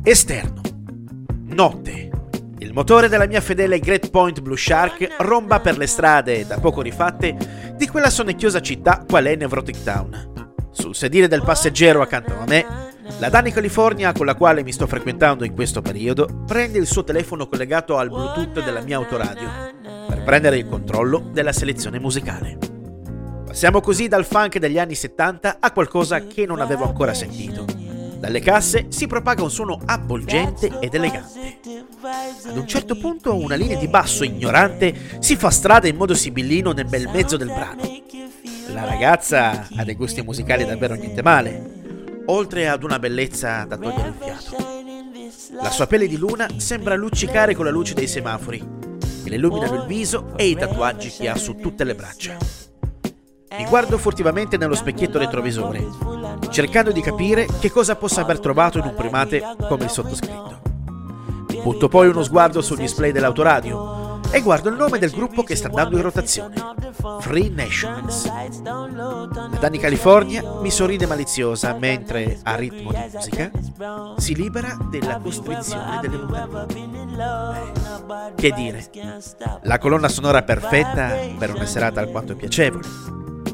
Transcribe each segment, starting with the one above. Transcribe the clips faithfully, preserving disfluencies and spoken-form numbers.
Esterno. Notte. Il motore della mia fedele Great Point Blue Shark romba per le strade, da poco rifatte, di quella sonnecchiosa città qual è Nevrotic Town. Sul sedile del passeggero accanto a me, la Dani California con la quale mi sto frequentando in questo periodo prende il suo telefono collegato al Bluetooth della mia autoradio per prendere il controllo della selezione musicale. Passiamo così dal funk degli anni settanta a qualcosa che non avevo ancora sentito. Dalle casse si propaga un suono avvolgente ed elegante. Ad un certo punto una linea di basso ignorante si fa strada in modo sibillino nel bel mezzo del brano. La ragazza ha dei gusti musicali davvero niente male, oltre ad una bellezza da togliere il fiato. La sua pelle di luna sembra luccicare con la luce dei semafori, che le illuminano il viso e i tatuaggi che ha su tutte le braccia. Mi guardo furtivamente nello specchietto retrovisore, cercando di capire che cosa possa aver trovato in un primate come il sottoscritto. Butto poi uno sguardo sul display dell'autoradio e guardo il nome del gruppo che sta andando in rotazione: Free Nationals. La Dani California mi sorride maliziosa mentre, a ritmo di musica, si libera della costrizione delle mutande. Eh, che dire, la colonna sonora perfetta per una serata alquanto piacevole.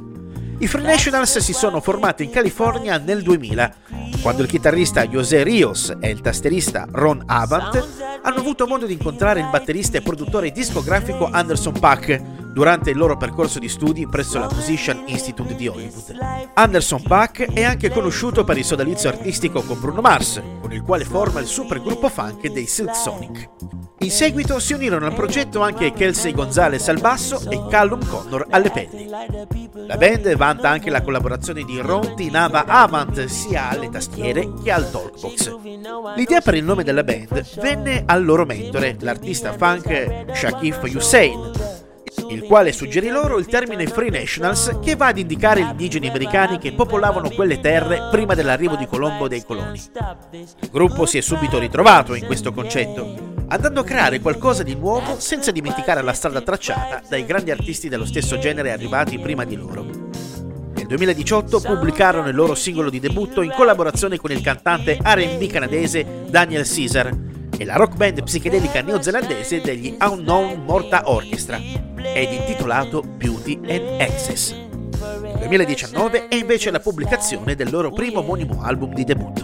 I Free Nationals si sono formati in California nel duemila, quando il chitarrista José Rios e il tastierista Ron Avant hanno avuto modo di incontrare il batterista e produttore discografico Anderson .Paak durante il loro percorso di studi presso la Musician Institute di Hollywood. Anderson .Paak è anche conosciuto per il sodalizio artistico con Bruno Mars, con il quale forma il supergruppo funk dei Silk Sonic. In seguito si unirono al progetto anche Kelsey Gonzalez al basso e Callum Connor alle pelli. La band vanta anche la collaborazione di Ron Tinava Avant sia alle tastiere che al talkbox. L'idea per il nome della band venne al loro mentore, l'artista funk Shakif Hussein, il quale suggerì loro il termine Free Nationals, che va ad indicare gli indigeni americani che popolavano quelle terre prima dell'arrivo di Colombo e dei coloni. Il gruppo si è subito ritrovato in questo concetto, andando a creare qualcosa di nuovo senza dimenticare la strada tracciata dai grandi artisti dello stesso genere arrivati prima di loro. Nel duemiladiciotto pubblicarono il loro singolo di debutto in collaborazione con il cantante R and B canadese Daniel Caesar e la rock band psichedelica neozelandese degli Unknown Morta Orchestra, ed intitolato Beauty and Access. Nel duemiladiciannove è invece la pubblicazione del loro primo omonimo album di debutto.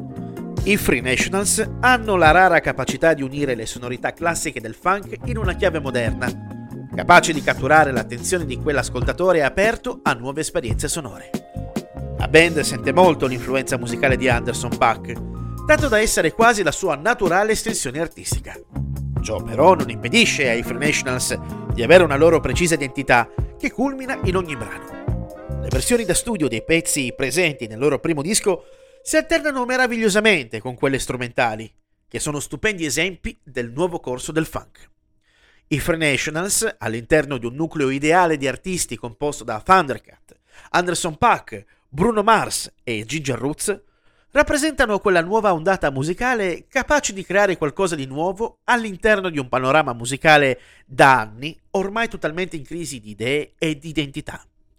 I Free Nationals hanno la rara capacità di unire le sonorità classiche del funk in una chiave moderna, capace di catturare l'attenzione di quell'ascoltatore aperto a nuove esperienze sonore. La band sente molto l'influenza musicale di Anderson .Paak, tanto da essere quasi la sua naturale estensione artistica. Ciò però non impedisce ai Free Nationals di avere una loro precisa identità che culmina in ogni brano. Le versioni da studio dei pezzi presenti nel loro primo disco si alternano meravigliosamente con quelle strumentali, che sono stupendi esempi del nuovo corso del funk. I Free Nationals, all'interno di un nucleo ideale di artisti composto da Thundercat, Anderson .Paak, Bruno Mars e Ginger Roots, rappresentano quella nuova ondata musicale capace di creare qualcosa di nuovo all'interno di un panorama musicale da anni ormai totalmente in crisi di idee e di identità.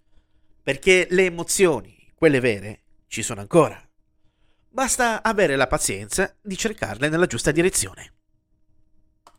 Perché le emozioni, quelle vere, ci sono ancora. Basta avere la pazienza di cercarle nella giusta direzione.